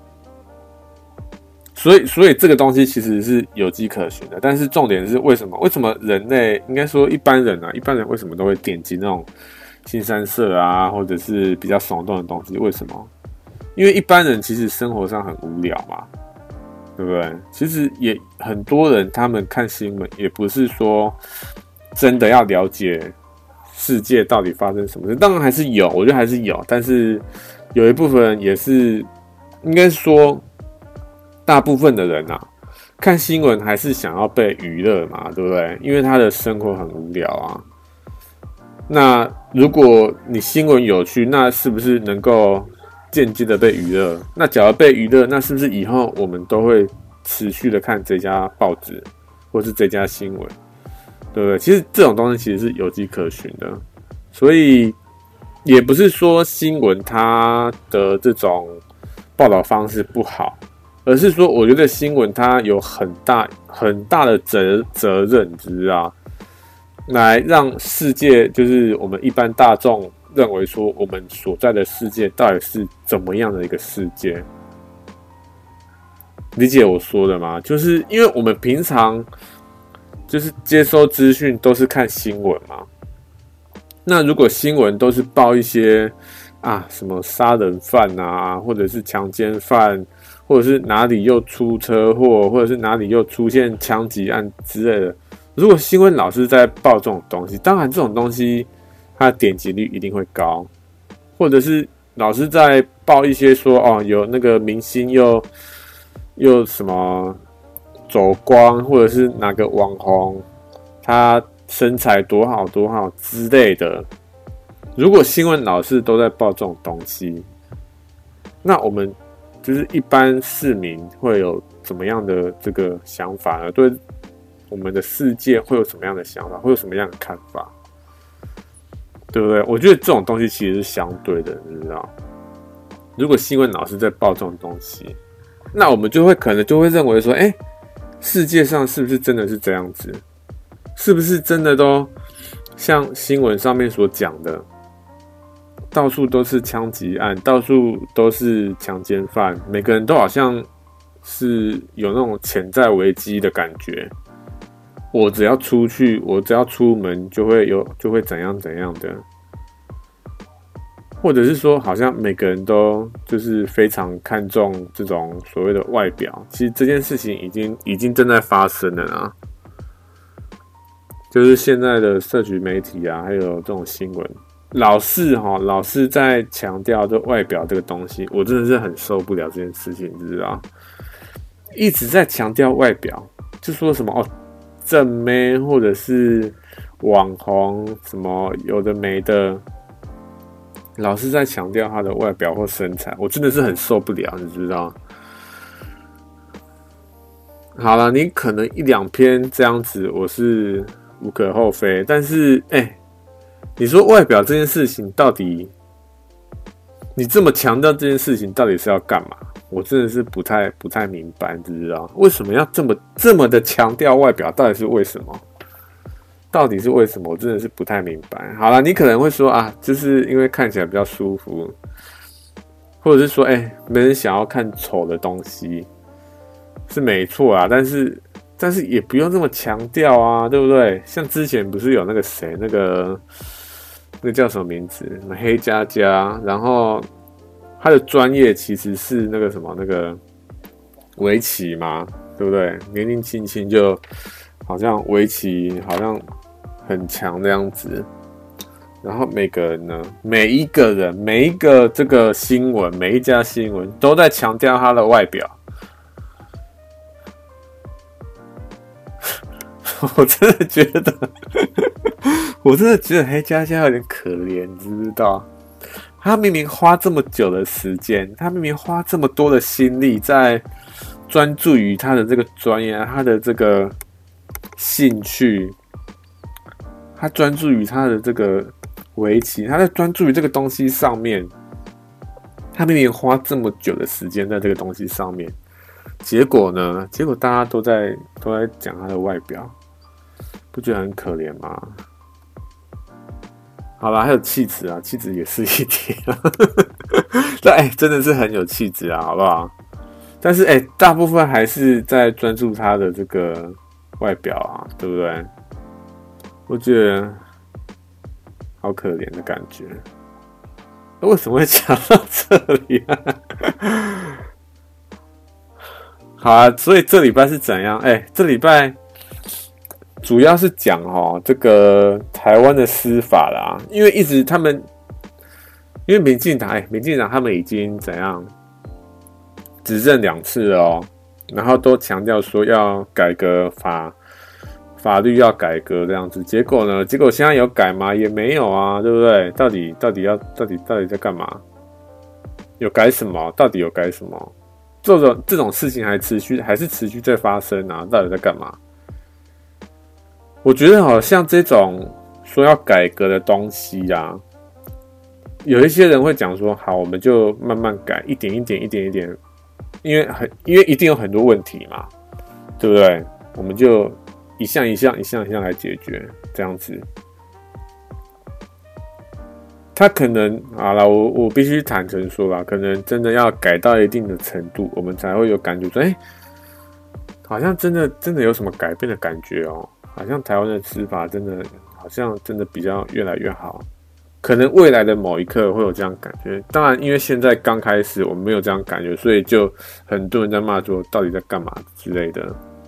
所以，所以这个东西其实是有迹可循的，但是重点是为什么？为什么人类应该说一般人啊，一般人为什么都会点击那种腥绢色啊，或者是比较耸动的东西？为什么？因为一般人其实生活上很无聊嘛，对不对？其实也很多人他们看新闻也不是说真的要了解世界到底发生什么事，当然还是有，我觉得还是有，但是有一部分人也是应该说。大部分的人啊，看新闻还是想要被娱乐嘛，对不对？因为他的生活很无聊啊。那如果你新闻有趣，那是不是能够间接的被娱乐？那假如被娱乐，那是不是以后我们都会持续的看这家报纸或是这家新闻，对不对？其实这种东西其实是有迹可循的，所以也不是说新闻它的这种报道方式不好。而是说，我觉得新闻它有很大很大的责责任，知道？ 来让世界，就是我们一般大众认为说我们所在的世界到底是怎么样的一个世界？理解我说的吗？就是因为我们平常就是接收资讯都是看新闻嘛，那如果新闻都是报一些啊什么杀人犯啊，或者是强奸犯，或者是哪里又出车祸，或者是哪里又出现枪击案之类的，如果新闻老是在报这种东西，当然这种东西它的点击率一定会高，或者是老师在报一些说哦有那个明星又又什么走光，或者是哪个网红他身材多好多好之类的，如果新闻老是都在报这种东西，那我们就是一般市民会有怎么样的这个想法呢？对我们的世界会有什么样的想法？会有什么样的看法？对不对？我觉得这种东西其实是相对的，你知道？如果新闻老是在报这种东西，那我们就会可能就会认为说，哎，世界上是不是真的是这样子？是不是真的都像新闻上面所讲的，到处都是枪击案，到处都是强奸犯，每个人都好像是有那种潜在危机的感觉。我只要出去，我只要出门就会有，就会怎样怎样的，或者是说，好像每个人都就是非常看重这种所谓的外表。其实这件事情已经已经正在发生了啊，就是现在的社群媒体啊，还有这种新闻，老是哈，老是在强调这外表这个东西，我真的是很受不了这件事情，你知道？一直在强调外表，就说什么哦。正妹或者是网红什么有的没的，老是在强调他的外表或身材，我真的是很受不了，你知道？好了，你可能一两篇这样子，我是无可厚非，但是哎、欸，你说外表这件事情到底，你这么强调这件事情到底是要干嘛？我真的是不太不太明白，你知道为什么要这么这么的强调外表？到底是为什么？到底是为什么？我真的是不太明白。好啦，你可能会说啊，就是因为看起来比较舒服，或者是说，哎、欸，没人想要看丑的东西，是没错啊。但是，但是也不用这么强调啊，对不对？像之前不是有那个谁，那个那个叫什么名字？什么黑佳佳，然后。他的专业其实是那个什么那个围棋嘛，对不对？年龄轻轻就好像围棋好像很强的样子。然后每个人呢，每一个人，每一个这个新闻，每一家新闻都在强调他的外表。我真的觉得，我真的觉得黑佳佳有点可怜，你知不知道？他明明花这么久的时间，他明明花这么多的心力在专注于他的这个专业，他的这个兴趣，他专注于他的这个围棋，他在专注于这个东西上面。他明明花这么久的时间在这个东西上面，结果呢？结果大家都在都在讲他的外表，不觉得很可怜吗？好啦，还有气质啊，气质也是一点啊。但哎、欸，真的是很有气质啊，好不好？但是哎、欸，大部分还是在专注他的这个外表啊，对不对？我觉得好可怜的感觉。为什么会讲到这里啊？好啊，所以这礼拜是怎样？哎、欸，这礼拜。主要是讲齁这个台湾的司法啦，因为一直他们，因为民进党，哎，民进党他们已经怎样执政两次了哦，然后都强调说要改革法法律要改革这样子，结果呢，结果现在有改吗？也没有啊，对不对？到底到底要到底到底在干嘛？有改什么？到底有改什么？这种这种事情还持续还是持续在发生啊？到底在干嘛？我觉得好像这种说要改革的东西啊，有一些人会讲说，好，我们就慢慢改，一点一点，一点一点，因为很，因为一定有很多问题嘛，对不对？我们就一项一项一项一项来解决，这样子。他可能好了，我我必须坦诚说啦，可能真的要改到一定的程度，我们才会有感觉说，哎、欸，好像真的真的有什么改变的感觉哦，好像台湾的吃法真的好像真的比较越来越好。可能未来的某一刻会有这样感觉，当然，因为现在刚开始我们没有这样感觉，所以就很多人在骂说到底在干嘛之类的。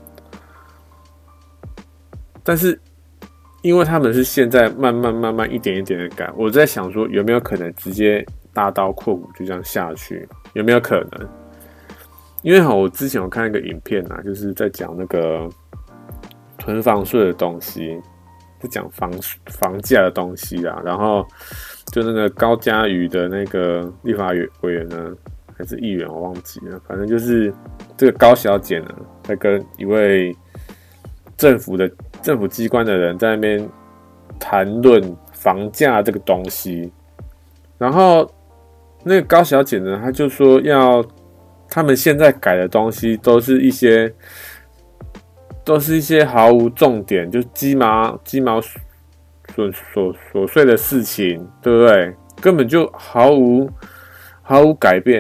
但是。因为他们是现在慢慢慢慢一点一点的改，我在想说有没有可能直接大刀阔斧就这样下去？有没有可能？因为我之前有看一个影片啊，就是在讲那个囤房税的东西，是讲房房价的东西啦。然后就那个高嘉瑜的那个立法委员呢，还是议员我忘记了，反正就是这个高小姐呢，在跟一位政府的。政府机关的人在那边谈论房价这个东西，然后那个高小姐呢，她就说要他们现在改的东西都是一些都是一些毫无重点，就鸡毛鸡毛琐琐琐碎的事情，对不对？根本就毫无毫无改变，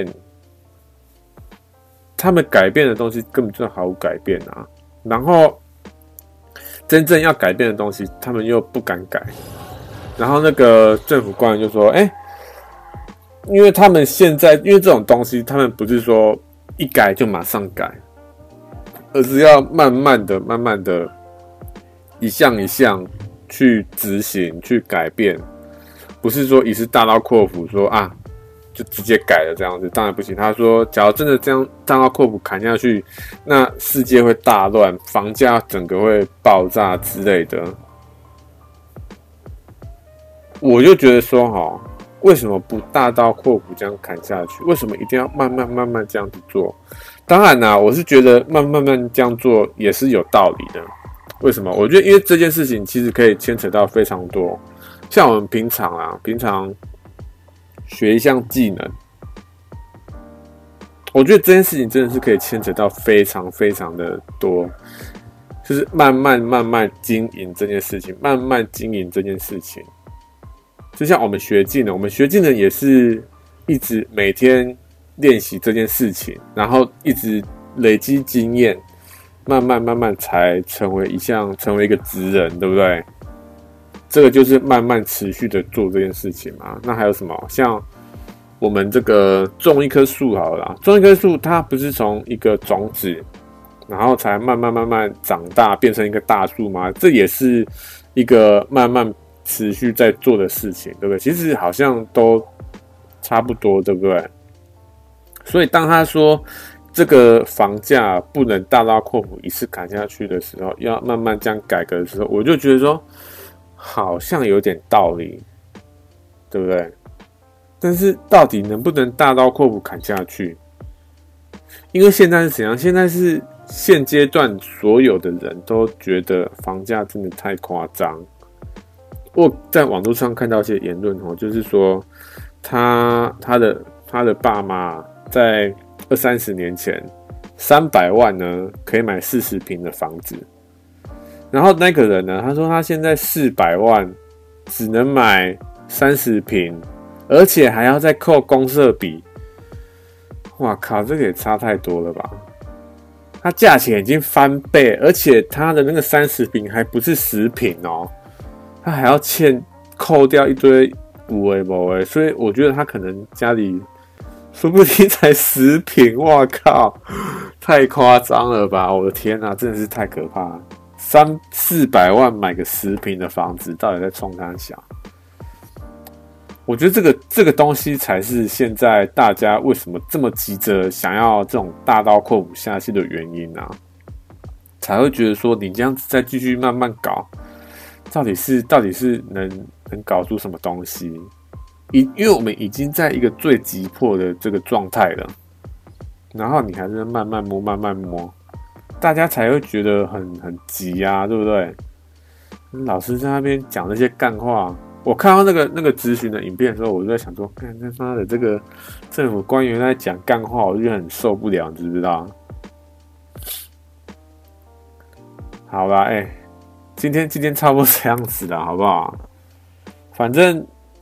他们改变的东西根本就毫无改变啊，然后。真正要改变的东西，他们又不敢改。然后那个政府官员就说：“哎、欸，因为他们现在，因为这种东西，他们不是说一改就马上改，而是要慢慢的、慢慢的，一项一项去执行、去改变，不是说一次大刀阔斧说啊。”就直接改了这样子，当然不行。他说，假如真的这样大刀阔斧砍下去，那世界会大乱，房价整个会爆炸之类的。我就觉得说，哈，为什么不大刀阔斧这样砍下去？为什么一定要慢慢慢慢这样子做？当然啦、啊，我是觉得慢慢慢慢这样做也是有道理的。为什么？我觉得因为这件事情其实可以牵扯到非常多，像我们平常啊，平常。学一项技能，我觉得这件事情真的是可以牵扯到非常非常的多，就是慢慢慢慢经营这件事情，慢慢经营这件事情。就像我们学技能，我们学技能也是一直每天练习这件事情，然后一直累积经验，慢慢慢慢才成为一项，成为一个职人，对不对？这个就是慢慢持续的做这件事情嘛。那还有什么？像我们这个种一棵树好了啦，种一棵树，它不是从一个种子，然后才慢慢慢慢长大，变成一个大树吗？这也是一个慢慢持续在做的事情，对不对？其实好像都差不多，对不对？所以当他说这个房价不能大刀阔斧一次砍下去的时候，要慢慢这样改革的时候，我就觉得说。好像有点道理，对不对？但是到底能不能大刀阔斧砍下去？因为现在是怎样？现在是现阶段所有的人都觉得房价真的太夸张。我在网络上看到一些言论哦，就是说他他的他的爸妈在二三十年前三百万呢可以买四十坪的房子。然后那个人呢，他说他现在四百万只能买三十坪，而且还要再扣公设比。哇靠，这个也差太多了吧？他价钱已经翻倍，而且他的那个三十坪还不是十坪哦，他还要欠扣掉一堆有的没的，所以我觉得他可能家里说不定才十坪。哇靠，太夸张了吧！我的天哪、啊，真的是太可怕了。三四百万买个十坪的房子，到底在冲他小？我觉得这个这个东西才是现在大家为什么这么急着想要这种大刀阔斧下去的原因啊，才会觉得说你这样子再继续慢慢搞，到底是到底是能能搞出什么东西？因因为我们已经在一个最急迫的这个状态了，然后你还是慢慢摸慢慢摸。大家才会觉得很很急啊，对不对？老师在那边讲那些干话，我看到那个那个咨询的影片的时候，我就在想说，干他妈的这个政府官员在讲干话，我就很受不了，你知不知道？ 好啦，哎、欸，今天今天差不多这样子啦，好不好？反正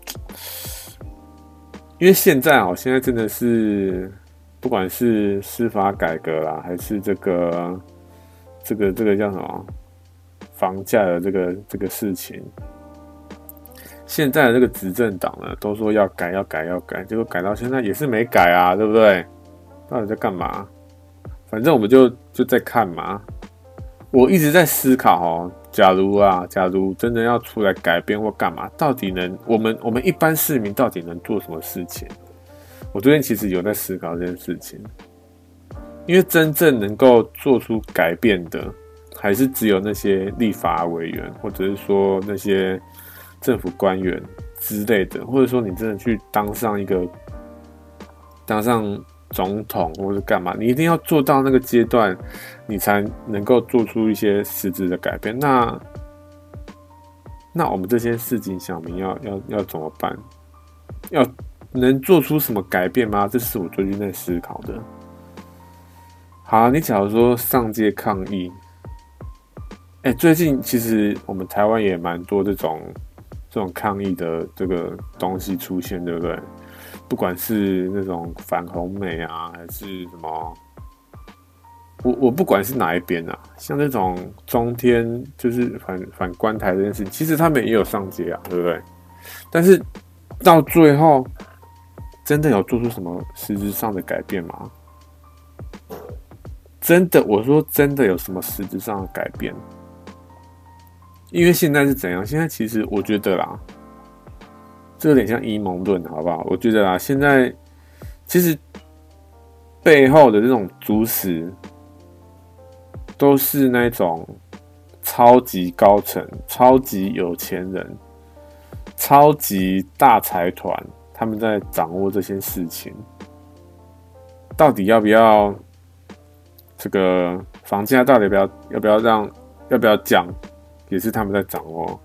因为现在哦，现在真的是不管是司法改革啦，还是这个这个这个叫什么房价的这个这个事情，现在的这个执政党呢，都说要改要改要改，结果改到现在也是没改啊，对不对？到底在干嘛？反正我们就就在看嘛。我一直在思考哦，假如啊，假如真的要出来改变或干嘛，到底能我们我们一般市民到底能做什么事情？我昨天其实有在思考这件事情，因为真正能够做出改变的，还是只有那些立法委员，或者是说那些政府官员之类的，或者说你真的去当上一个当上总统或者干嘛，你一定要做到那个阶段，你才能够做出一些实质的改变。那那我们这些市井小民要要要怎么办？要能做出什么改变吗？这是我最近在思考的。好，你假如说上街抗议，哎、欸，最近其实我们台湾也蛮多这种这种抗议的这个东西出现，对不对？不管是那种反红媒啊，还是什么，我我不管是哪一边啊，像那种中天就是反反关台这件事情，其实他们也有上街啊，对不对？但是到最后，真的有做出什么实质上的改变吗？真的，我说真的有什么实质上的改变？因为现在是怎样？现在其实我觉得啦。这有点像阴谋论，好不好？我觉得啦，现在其实背后的这种主使都是那种超级高层、超级有钱人、超级大财团，他们在掌握这些事情。到底要不要这个房价？到底要不要要不要让要不要降？也是他们在掌握。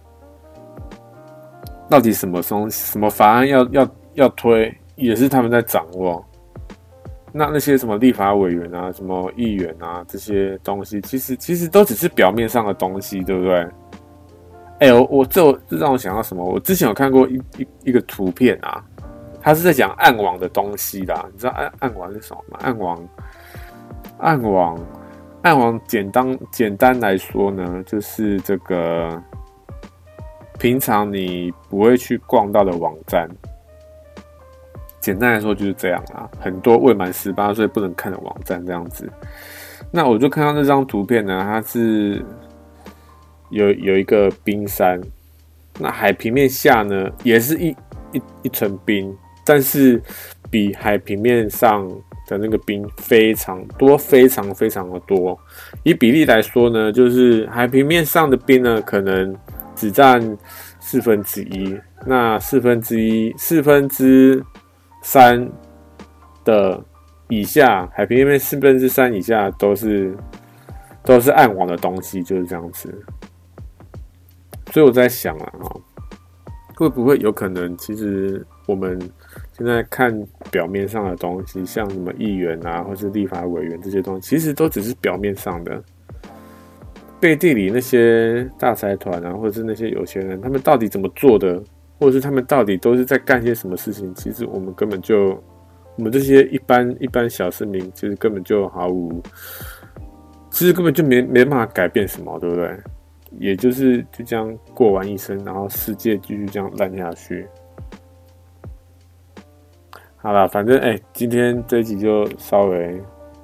到底什么东什么法案要要要推，也是他们在掌握。那那些什么立法委员啊、什么议员啊这些东西，其实其实都只是表面上的东西，对不对？哎、欸，我我这这让我想到什么？我之前有看过一一一个图片啊，它是在讲暗网的东西啦。你知道暗暗网是什么吗？暗网暗网暗网简单简单来说呢，就是这个。平常你不会去逛到的网站，简单来说就是这样啊。很多未满十八岁不能看的网站这样子。那我就看到那张图片呢，它是有有一个冰山，那海平面下呢也是一一一层冰，但是比海平面上的那个冰非常多，非常非常的多。以比例来说呢，就是海平面上的冰呢，可能只占四分之一，那四分之一、四分之三的以下，海平面四分之三以下都是都是暗网的东西，就是这样子。所以我在想啊，会不会有可能，其实我们现在看表面上的东西，像什么议员啊，或是立法委员这些东西，其实都只是表面上的。背地里那些大财团啊，或者是那些有钱人，他们到底怎么做的，或者是他们到底都是在干些什么事情？其实我们根本就，我们这些一般一般小市民，其实根本就毫无，其实根本就没没办法改变什么，对不对？也就是就这样过完一生，然后世界继续这样烂下去。好啦，反正哎、欸，今天这一集就稍微。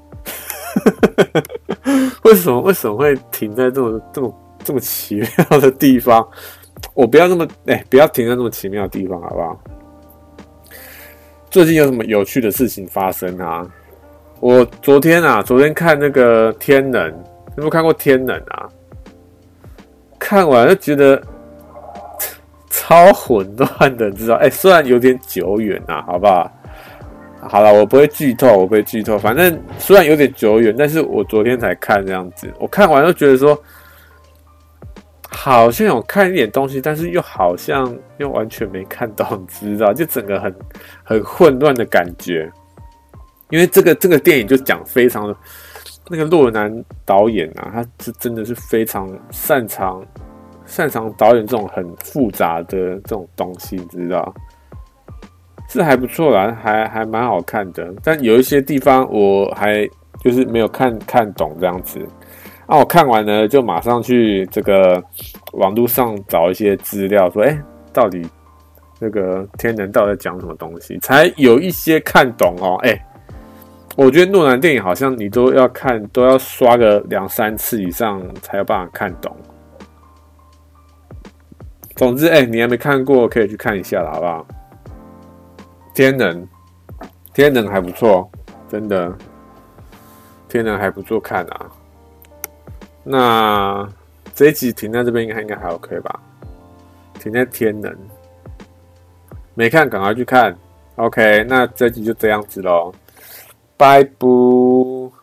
为什么为什么会停在这么这么这么奇妙的地方？我不要这么哎、欸，不要停在这么奇妙的地方，好不好？最近有什么有趣的事情发生啊？我昨天啊，昨天看那个《天能》，有没有看过《天能》啊？看完就觉得超混乱的，你知道？哎、欸，虽然有点久远啊，好不好？好了，我不会剧透，我不会剧透。反正虽然有点久远，但是我昨天才看这样子，我看完就觉得说，好像有看一点东西，但是又好像又完全没看懂，你知道？就整个很很混乱的感觉。因为这个这个电影就讲非常的那个洛南导演啊，他是真的是非常擅长擅长导演这种很复杂的这种东西，你知道？是还不错啦，还还蛮好看的。但有一些地方我还就是没有看看懂这样子。啊，我看完呢，就马上去这个网络上找一些资料，说，哎、欸，到底那个天能到底在讲什么东西，才有一些看懂哦。哎、欸，我觉得诺兰电影好像你都要看，都要刷个两三次以上才有办法看懂。总之，哎、欸，你还没看过，可以去看一下啦，好不好？天能，天能还不错，真的，天能还不错看啊。那这一集停在这边应该应该还 OK 吧？停在天能，没看赶快去看。OK， 那这一集就这样子咯，拜拜。